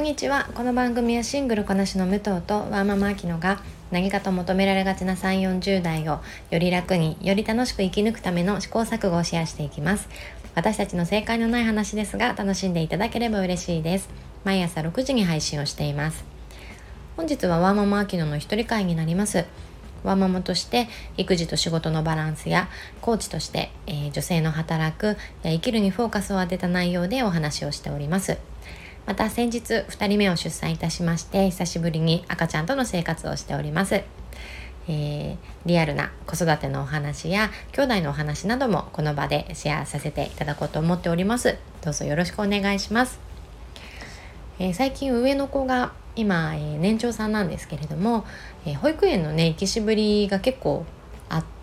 にちは。この番組はシングルこなしの武藤とワーママアキノが何かと求められがちな3、40代をより楽により楽しく生き抜くための試行錯誤をシェアしていきます。私たちの正解のない話ですが、楽しんでいただければ嬉しいです。毎朝6時に配信をしています。本日はワーママアキノの一人会になります。ワーママとして育児と仕事のバランスや、コーチとして、女性の働くや生きるにフォーカスを当てた内容でお話をしております。また先日2人目を出産いたしまして、久しぶりに赤ちゃんとの生活をしております。リアルな子育てのお話や兄弟のお話などもこの場でシェアさせていただこうと思っております。どうぞよろしくお願いします。最近上の子が今、年長さんなんですけれども、保育園のね行きしぶりが結構あって、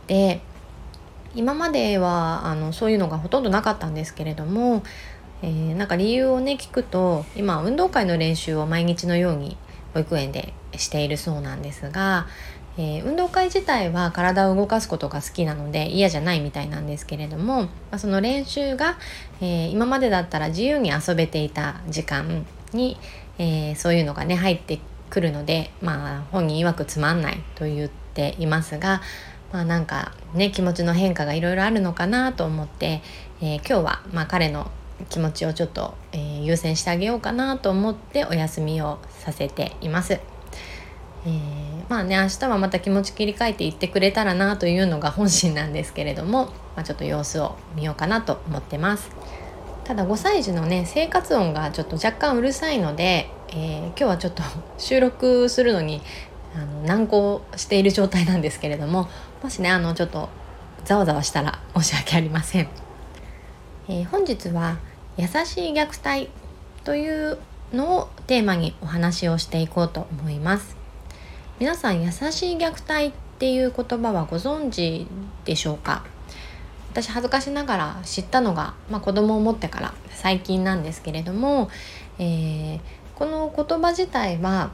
今まではそういうのがほとんどなかったんですけれども、なんか理由をね聞くと、今運動会の練習を毎日のように保育園でしているそうなんですが、運動会自体は体を動かすことが好きなので嫌じゃないみたいなんですけれども、その練習が、今までだったら自由に遊べていた時間に、そういうのがね入ってくるので、本人曰くつまんないと言っていますが、なんかね気持ちの変化がいろいろあるのかなと思って、今日は彼の気持ちをちょっと、優先してあげようかなと思ってお休みをさせています。明日はまた気持ち切り替えていってくれたらなというのが本心なんですけれども、ちょっと様子を見ようかなと思ってます。ただ5歳児のね生活音がちょっと若干うるさいので、今日はちょっと収録するのに難航している状態なんですけれども、もしねちょっとざわざわしたら申し訳ありません。本日は優しい虐待というのをテーマにお話をしていこうと思います。皆さん、優しい虐待っていう言葉はご存知でしょうか？私恥ずかしながら知ったのが、子供を持ってから最近なんですけれども、この言葉自体は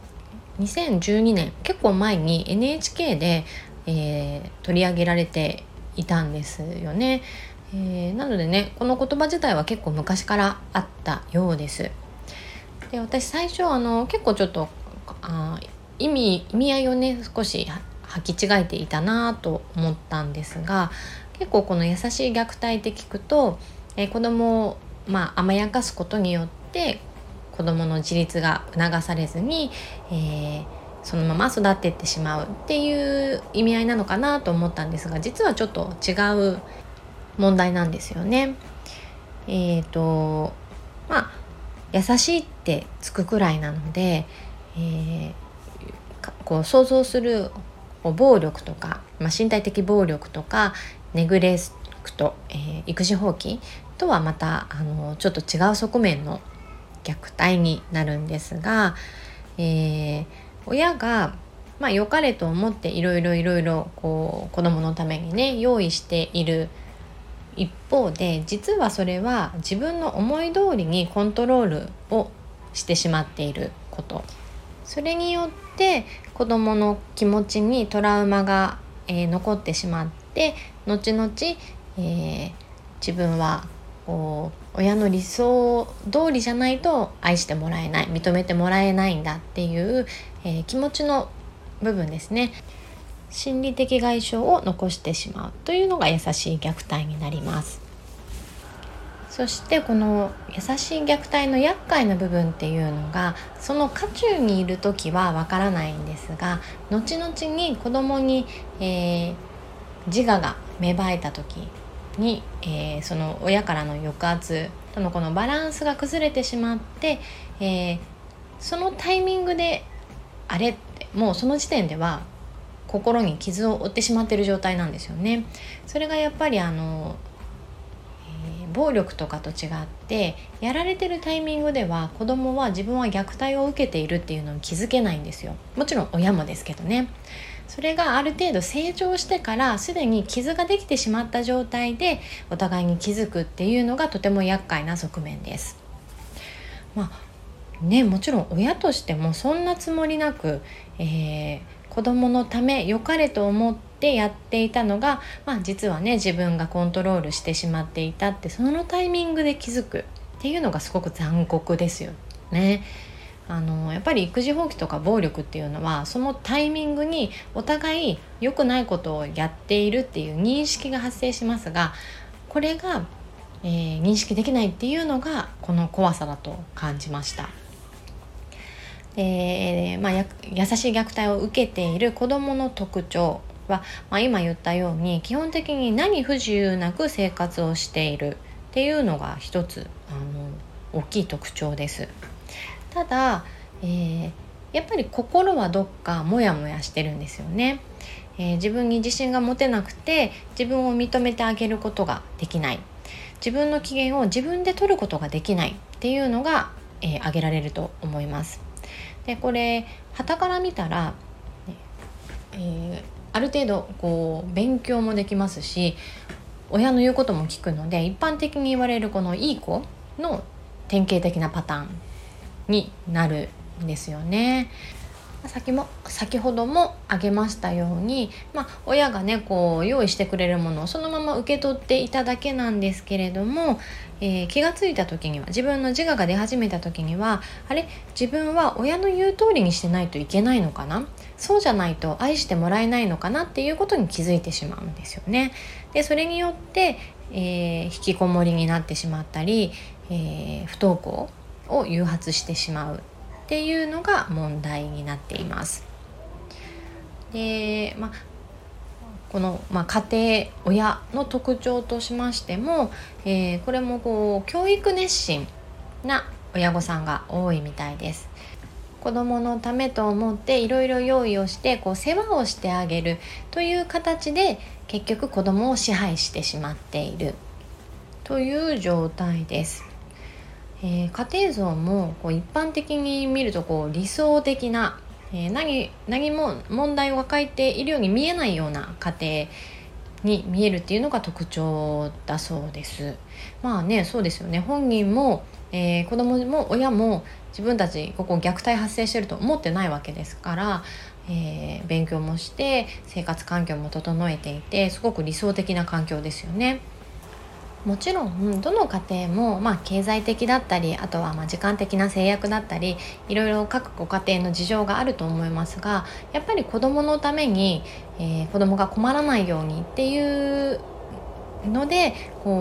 2012年結構前に NHK で、取り上げられていたんですよね。なのでねこの言葉自体は結構昔からあったようです。で、私最初結構ちょっと意味合いをね少し履き違えていたなと思ったんですが、結構この優しい虐待って聞くと、子供を甘やかすことによって子供の自立が促されずに、そのまま育っていってしまうっていう意味合いなのかなと思ったんですが、実はちょっと違う問題なんですよね。優しいってつくくらいなので、こう想像する暴力とか、身体的暴力とかネグレクト、育児放棄とはまたちょっと違う側面の虐待になるんですが、親が良かれと思っていろいろこう子供のためにね用意している一方で、実はそれは自分の思い通りにコントロールをしてしまっていること、それによって子どもの気持ちにトラウマが、残ってしまって、後々、自分は親の理想通りじゃないと愛してもらえない、認めてもらえないんだっていう、気持ちの部分ですね、心理的外傷を残してしまうというのが優しい虐待になります。そしてこの優しい虐待の厄介な部分っていうのが、その渦中にいる時はわからないんですが、後々に子供に、自我が芽生えた時に、その親からの抑圧とのこのバランスが崩れてしまって、そのタイミングであれってもうその時点では心に傷を負ってしまっている状態なんですよね。それがやっぱり暴力とかと違って、やられてるタイミングでは子供は自分は虐待を受けているっていうのに気づけないんですよ。もちろん親もですけどね。それがある程度成長してからすでに傷ができてしまった状態でお互いに気づくっていうのがとても厄介な側面です。もちろん親としてもそんなつもりなく、子供のため良かれと思ってやっていたのが、実はね自分がコントロールしてしまっていたって、そのタイミングで気づくっていうのがすごく残酷ですよね。 やっぱり育児放棄とか暴力っていうのはそのタイミングにお互い良くないことをやっているっていう認識が発生しますが、これが、認識できないっていうのがこの怖さだと感じました。優しい虐待を受けている子どもの特徴は、今言ったように基本的に何不自由なく生活をしているっていうのが一つ大きい特徴です。ただ、やっぱり心はどっかモヤモヤしてるんですよね。自分に自信が持てなくて自分を認めてあげることができない、自分の機嫌を自分で取ることができないっていうのが、挙げられると思います。でこれ傍から見たら、ある程度勉強もできますし、親の言うことも聞くので、一般的に言われるこのいい子の典型的なパターンになるんですよね。先ほども挙げましたように、親がね用意してくれるものをそのまま受け取っていただけなんですけれども、気がついた時には、自分の自我が出始めた時には、自分は親の言う通りにしてないといけないのかな、そうじゃないと愛してもらえないのかなっていうことに気づいてしまうんですよね。でそれによって、引きこもりになってしまったり、不登校を誘発してしまうっていうのが問題になっています。で、この、家庭親の特徴としましても、これも教育熱心な親御さんが多いみたいです。子どものためと思っていろいろ用意をして世話をしてあげるという形で、結局子どもを支配してしまっているという状態です。家庭像も一般的に見ると理想的な、何も問題を抱えているように見えないような家庭に見えるっていうのが特徴だそうです。そうですよね。本人も、子供も親も自分たち虐待発生してると思ってないわけですから、勉強もして生活環境も整えていて、すごく理想的な環境ですよね。もちろんどの家庭も、経済的だったり、あとは時間的な制約だったり、いろいろ各ご家庭の事情があると思いますが、やっぱり子どものために、子どもが困らないようにっていうので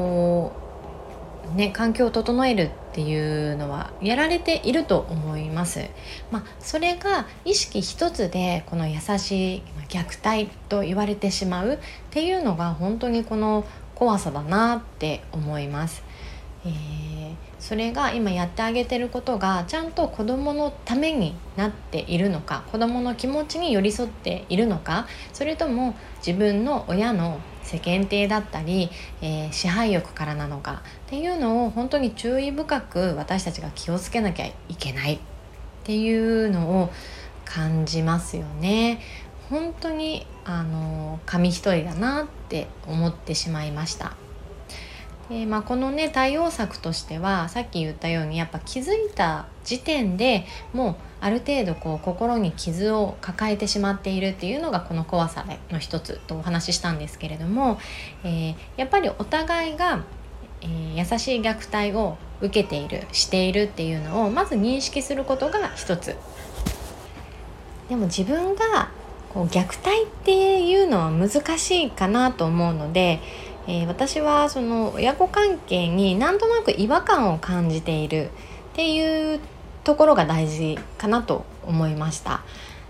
環境を整えるっていうのはやられていると思います。それが意識一つでこの優しい虐待と言われてしまうっていうのが本当にこの怖さだなって思います。それが今やってあげてることがちゃんと子どものためになっているのか、子どもの気持ちに寄り添っているのか、それとも自分の親の世間体だったり、支配欲からなのかっていうのを本当に注意深く私たちが気をつけなきゃいけないっていうのを感じますよね。本当に紙一重だなって思ってしまいました。この対応策としては、さっき言ったようにやっぱ気づいた時点でもうある程度心に傷を抱えてしまっているっていうのがこの怖さの一つとお話ししたんですけれども、やっぱりお互いが、優しい虐待を受けているしているっていうのをまず認識することが一つ。でも自分が虐待っていうのは難しいかなと思うので、私はその親子関係になんとなく違和感を感じているっていうところが大事かなと思いました。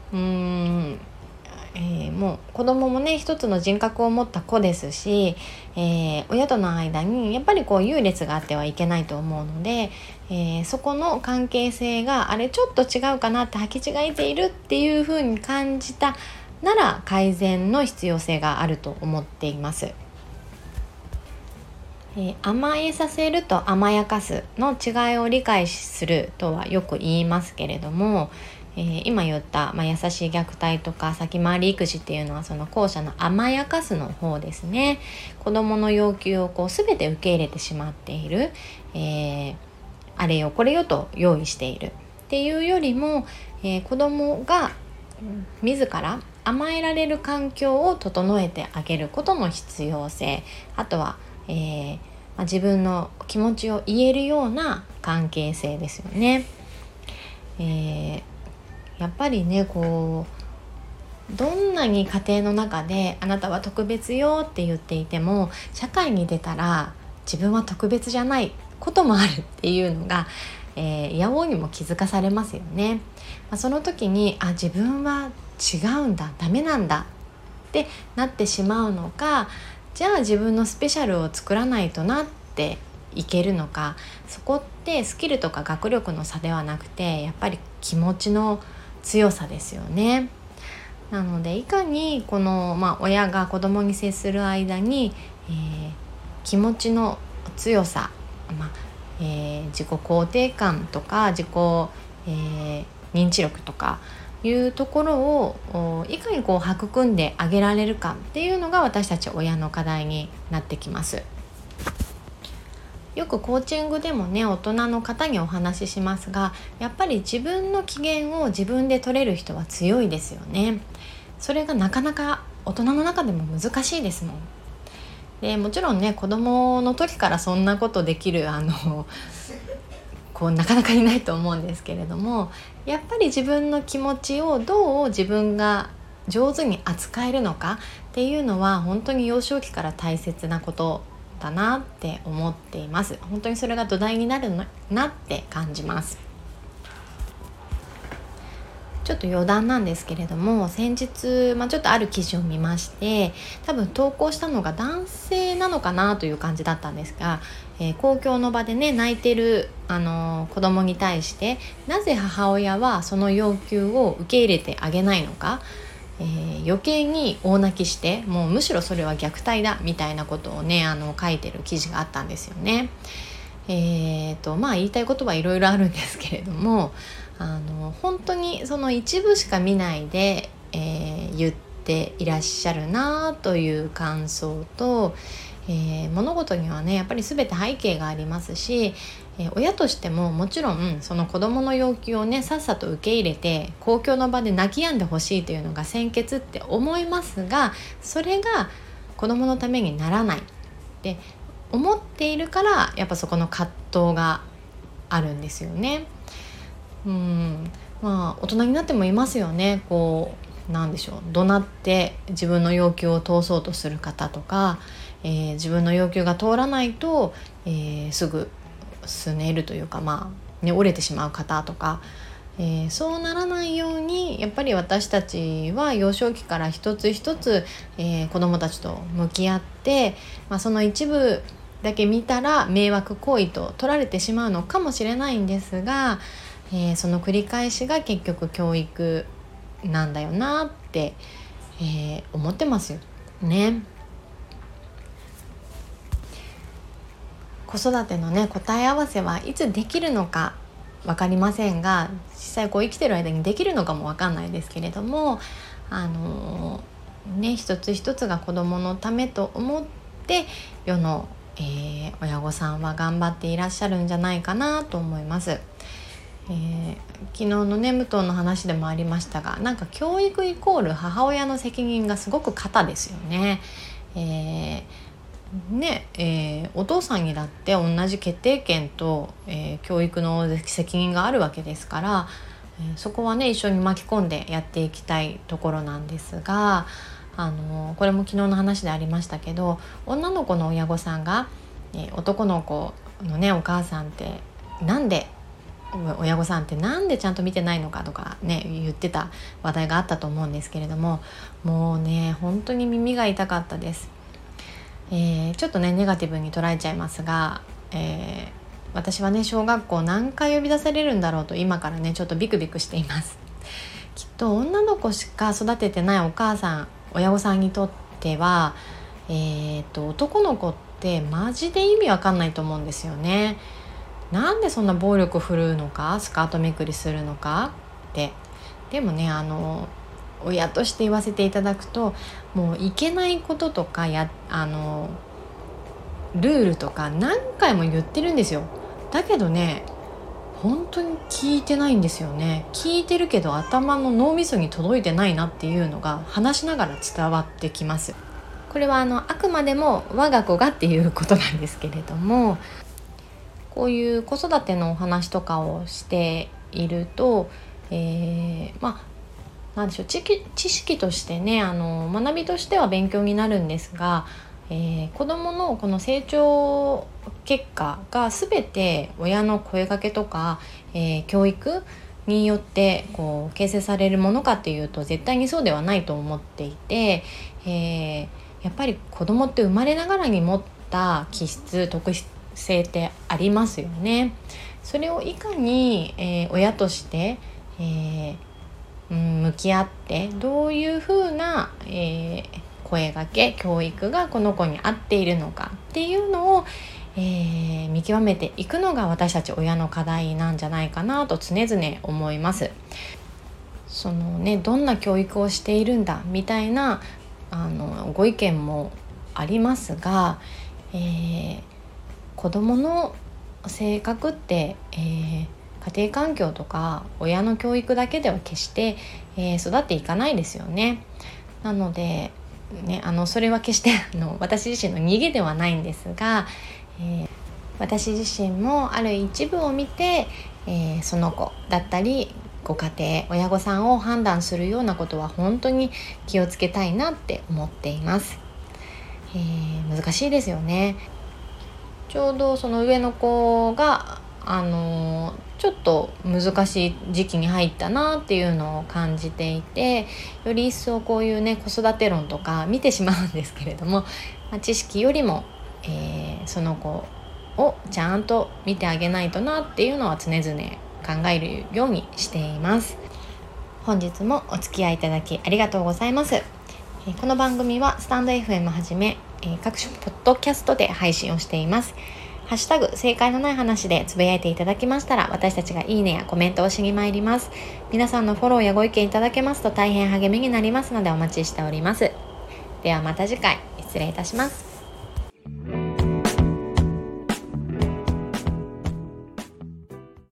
もう子供もね一つの人格を持った子ですし、親との間にやっぱり優劣があってはいけないと思うので、そこの関係性がちょっと違うかなって履き違えているっていう風に感じたなら改善の必要性があると思っています。甘えさせると甘やかすの違いを理解するとはよく言いますけれども、今言った、優しい虐待とか先回り育児っていうのはその後者の甘やかすの方ですね。子どもの要求を全て受け入れてしまっている、あれよこれよと用意しているっていうよりも、子どもが自ら甘えられる環境を整えてあげることの必要性、あとは、自分の気持ちを言えるような関係性ですよね。 やっぱりねどんなに家庭の中であなたは特別よって言っていても、社会に出たら自分は特別じゃないこともあるっていうのが、いやおうにも気づかされますよね。その時に自分は違うんだ、ダメなんだってなってしまうのか、じゃあ自分のスペシャルを作らないとなっていけるのか、そこってスキルとか学力の差ではなくて、やっぱり気持ちの強さですよね。なのでいかにこの、親が子供に接する間に、気持ちの強さ、自己肯定感とか自己、認知力とかいうところをいかに育んであげられるかっていうのが私たち親の課題になってきます。よくコーチングでもね、大人の方にお話ししますが、やっぱり自分の機嫌を自分で取れる人は強いですよね。それがなかなか大人の中でも難しいですもん。でもちろんね、子供の時からそんなことできるなかなかいないと思うんですけれども、やっぱり自分の気持ちをどう自分が上手に扱えるのかっていうのは本当に幼少期から大切なことだなって思っています。本当にそれが土台になるなって感じます。ちょっと余談なんですけれども、先日、ちょっとある記事を見まして、多分投稿したのが男性なのかなという感じだったんですが、公共の場でね泣いてる子供に対して、なぜ母親はその要求を受け入れてあげないのか、余計に大泣きして、もうむしろそれは虐待だみたいなことをね書いてる記事があったんですよね。言いたいことはいろいろあるんですけれども、本当にその一部しか見ないで、言っていらっしゃるなという感想と、物事にはねやっぱり全て背景がありますし、親としてももちろんその子どもの要求をねさっさと受け入れて公共の場で泣き止んでほしいというのが先決って思いますが、それが子どものためにならないって思っているから、やっぱそこの葛藤があるんですよね。大人になってもいますよね。なんでしょう、怒鳴って自分の要求を通そうとする方とか、自分の要求が通らないと、すぐすねるというか、折れてしまう方とか、そうならないようにやっぱり私たちは幼少期から一つ一つ、子どもたちと向き合って、その一部だけ見たら迷惑行為と取られてしまうのかもしれないんですが、その繰り返しが結局教育なんだよなって、思ってますよね。子育てのね答え合わせはいつできるのか分かりませんが、実際生きてる間にできるのかも分かんないですけれども、一つ一つが子どものためと思って世の、親御さんは頑張っていらっしゃるんじゃないかなと思います。昨日のね武藤の話でもありましたが、教育イコール母親の責任がすごく肩ですよね。お父さんにだって同じ決定権と、教育の責任があるわけですから、そこはね一緒に巻き込んでやっていきたいところなんですが、これも昨日の話でありましたけど、女の子の親御さんが、男の子のねお母さんって親御さんってなんでちゃんと見てないのかとかね言ってた話題があったと思うんですけれども、もうね本当に耳が痛かったです。ちょっとねネガティブに捉えちゃいますが、私はね小学校何回呼び出されるんだろうと今からねちょっとビクビクしています。きっと女の子しか育ててないお母さん親御さんにとっては、男の子ってマジで意味わかんないと思うんですよね。なんでそんな暴力振るうのか、スカートめくりするのかって。でもね親として言わせていただくと、もういけないこととかルールとか何回も言ってるんですよ。だけどね本当に聞いてないんですよね。聞いてるけど頭の脳みそに届いてないなっていうのが話しながら伝わってきます。これはあくまでも我が子がっていうことなんですけれども、こういう子育てのお話とかをしていると、なんでしょう、知識としてね、学びとしては勉強になるんですが、子どものこの成長結果が全て親の声かけとか、教育によって形成されるものかっていうと絶対にそうではないと思っていて、やっぱり子どもって生まれながらに持った気質特性ってありますよね。それをいかに、親として、向き合ってどういうふうな、声掛け教育がこの子に合っているのかっていうのを、見極めていくのが私たち親の課題なんじゃないかなと常々思います。そのね、どんな教育をしているんだみたいなご意見もありますが、子どもの性格って、家庭環境とか親の教育だけでは決して、育っていかないですよね。なので、それは決して私自身の逃げではないんですが、私自身もある一部を見て、その子だったりご家庭親御さんを判断するようなことは本当に気をつけたいなって思っています。難しいですよね。ちょうどその上の子がちょっと難しい時期に入ったなっていうのを感じていて、より一層こういうね子育て論とか見てしまうんですけれども、知識よりも、その子をちゃんと見てあげないとなっていうのは常々考えるようにしています。本日もお付き合いいただきありがとうございます。この番組はスタンド FM はじめ、各種ポッドキャストで配信をしています。ハッシュタグ正解のない話でつぶやいていただきましたら、私たちがいいねやコメントをしに参ります。皆さんのフォローやご意見いただけますと大変励みになりますのでお待ちしております。ではまた次回失礼いたします。